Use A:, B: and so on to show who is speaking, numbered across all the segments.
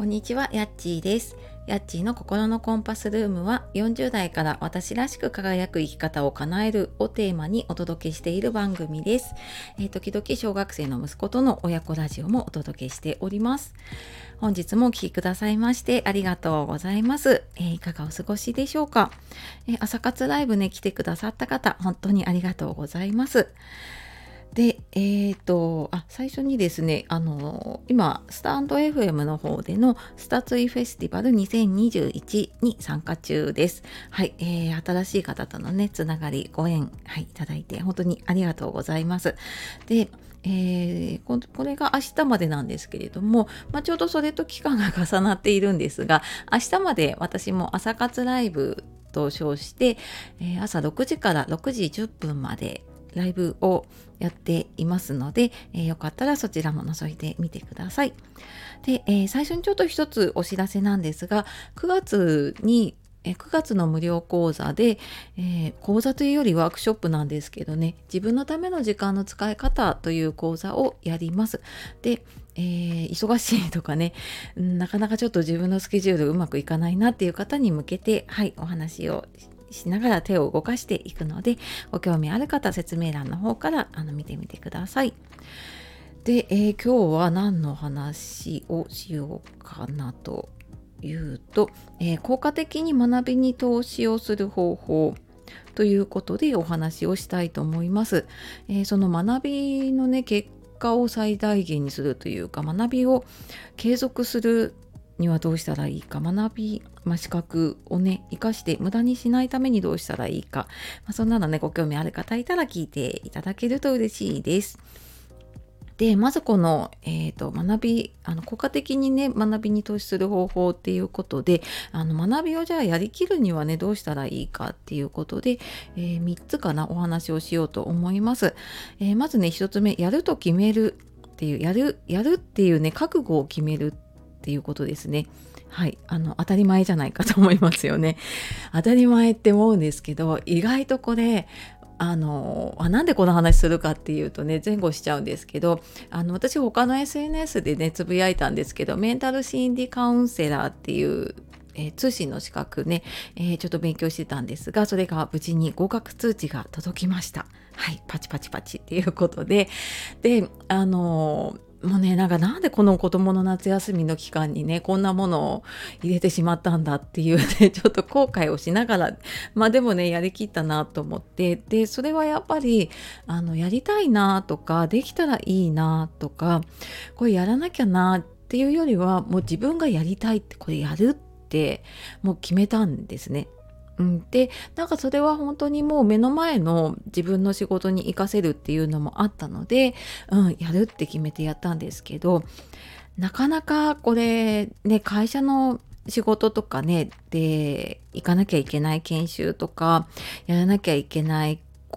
A: こんにちは、やっちーです。やっちーの心のコンパスルームは40代から私らしく輝く生き方を叶えるをテーマにお届けしている番組です。時々小学生の息子との親子ラジオもお届けしております。本日もお聞きくださいましてありがとうございます。いかがお過ごしでしょうか。朝活ライブね来てくださった方本当にありがとうございます。で、最初にですね、今、スタンド FM の方でのスタツイフェスティバル2021に参加中です。はい、新しい方とのね、つながり、ご縁、はい、いただいて、本当にありがとうございます。で、これが明日までなんですけれども、ちょうどそれと期間が重なっているんですが、明日まで私も朝活ライブと称して、朝6時から6時10分までライブをやっていますので、よかったらそちらも覗いてみてください。で、最初にちょっと一つお知らせなんですが、9月の無料講座で、講座というよりワークショップなんですけどね、自分のための時間の使い方という講座をやります。で、忙しいとかね、なかなかちょっと自分のスケジュールうまくいかないなっていう方に向けて、はい、お話をしながら手を動かしていくので、ご興味ある方説明欄の方から見てみてください。で、今日は何の話をしようかなというと、効果的に学びに投資をする方法ということでお話をしたいと思います。その学びのね結果を最大限にするというか、学びを継続するにはどうしたらいいか、学び、資格をね生かして無駄にしないためにどうしたらいいか、そんなのねご興味ある方いたら聞いていただけると嬉しいです。でまずこの、学び効果的にね学びに投資する方法っていうことで、学びをじゃあやりきるにはねどうしたらいいかっていうことで、3つかなお話をしようと思います。まずね1つ目、やると決めるっていう、やるっていうね覚悟を決めるっていうことですね。はい、当たり前じゃないかと思いますよね。当たり前って思うんですけど、意外とこれなんでこの話するかっていうとね前後しちゃうんですけど、私他の SNS でねつぶやいたんですけど、メンタル心理カウンセラーっていう通信の資格ね、ちょっと勉強してたんですが、それが無事に合格通知が届きました。はい、パチパチパチっていうことで、もうねなんでこの子供の夏休みの期間にねこんなものを入れてしまったんだっていうねちょっと後悔をしながら、でもねやりきったなと思って、でそれはやっぱりやりたいなとか、できたらいいなとか、これやらなきゃなっていうよりは、もう自分がやりたいって、これやるってもう決めたんですね。でそれは本当にもう目の前の自分の仕事に活かせるっていうのもあったので、やるって決めてやったんですけど、なかなかこれね会社の仕事とかねで行かなきゃいけない研修とかやらなきゃいけない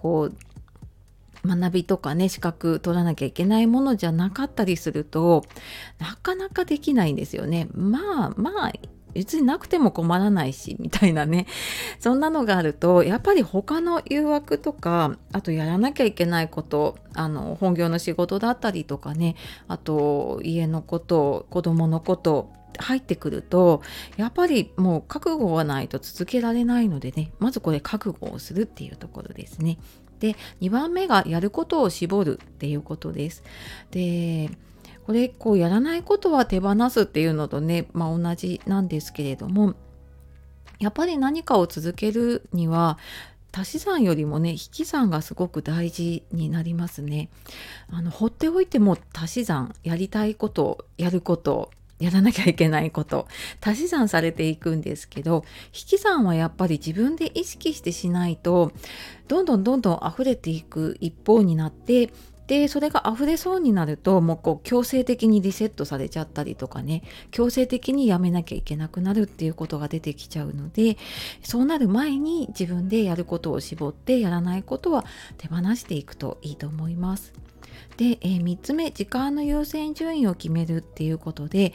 A: 学びとかね資格取らなきゃいけないものじゃなかったりすると、なかなかできないんですよね。別になくても困らないしみたいなね、そんなのがあるとやっぱり他の誘惑とか、あとやらなきゃいけないこと、本業の仕事だったりとかね、あと家のこと、子供のこと入ってくると、やっぱりもう覚悟がないと続けられないのでね、まずこれ覚悟をするっていうところですね。で2番目がやることを絞るっていうことです。でこれやらないことは手放すっていうのとね、同じなんですけれども、やっぱり何かを続けるには足し算よりもね引き算がすごく大事になりますね。放っておいても足し算、やりたいこと、やること、やらなきゃいけないこと足し算されていくんですけど、引き算はやっぱり自分で意識してしないとどんどん溢れていく一方になって、でそれが溢れそうになるともう強制的にリセットされちゃったりとかね、強制的にやめなきゃいけなくなるっていうことが出てきちゃうので、そうなる前に自分でやることを絞って、やらないことは手放していくといいと思います。で、3つ目、時間の優先順位を決めるっていうことで、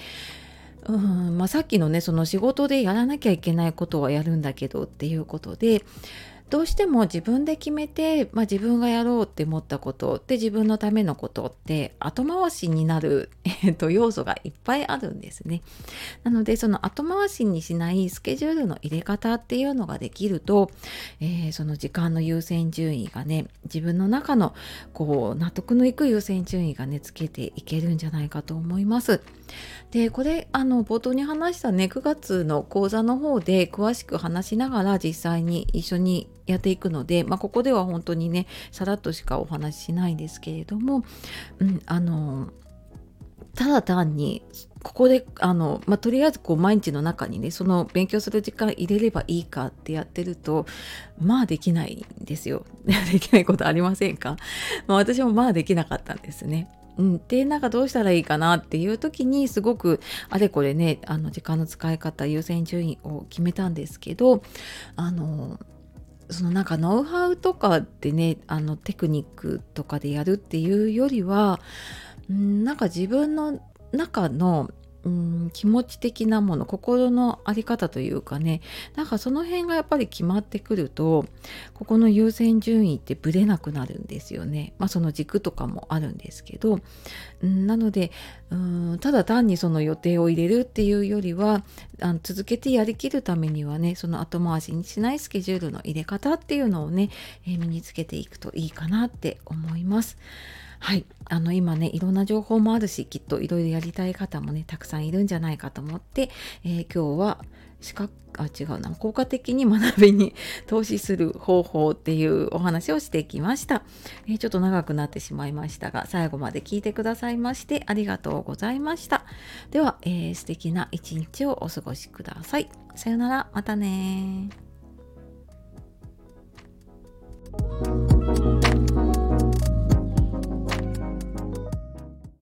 A: さっきのねその仕事でやらなきゃいけないことはやるんだけどっていうことで、 どうしても自分で決めて、自分がやろうって思ったことで自分のためのことって後回しになる、要素がいっぱいあるんですね。なのでその後回しにしないスケジュールの入れ方っていうのができると、その時間の優先順位がね、自分の中の納得のいく優先順位がねつけていけるんじゃないかと思います。でこれ冒頭に話したね9月の講座の方で詳しく話しながら実際に一緒にやっていくので、ここでは本当にねさらっとしかお話ししないですけれども、ただ単にここでとりあえず毎日の中にねその勉強する時間入れればいいかってやってるとできないんですよ。できないことありませんか？私もできなかったんですね。でどうしたらいいかなっていう時にすごくあれこれね時間の使い方優先順位を決めたんですけど、そのノウハウとかでねテクニックとかでやるっていうよりは自分の中の気持ち的なもの、心の在り方というかね、その辺がやっぱり決まってくるとここの優先順位ってぶれなくなるんですよね。その軸とかもあるんですけど、なのでただ単にその予定を入れるっていうよりは続けてやりきるためにはねその後回しにしないスケジュールの入れ方っていうのをね、身につけていくといいかなって思います。はい、今ねいろんな情報もあるしきっといろいろやりたい方もねたくさんいるんじゃないかと思って、今日は効果的に学びに投資する方法っていうお話をしてきました。ちょっと長くなってしまいましたが最後まで聞いてくださいましてありがとうございました。では、素敵な一日をお過ごしください。さよなら、またね。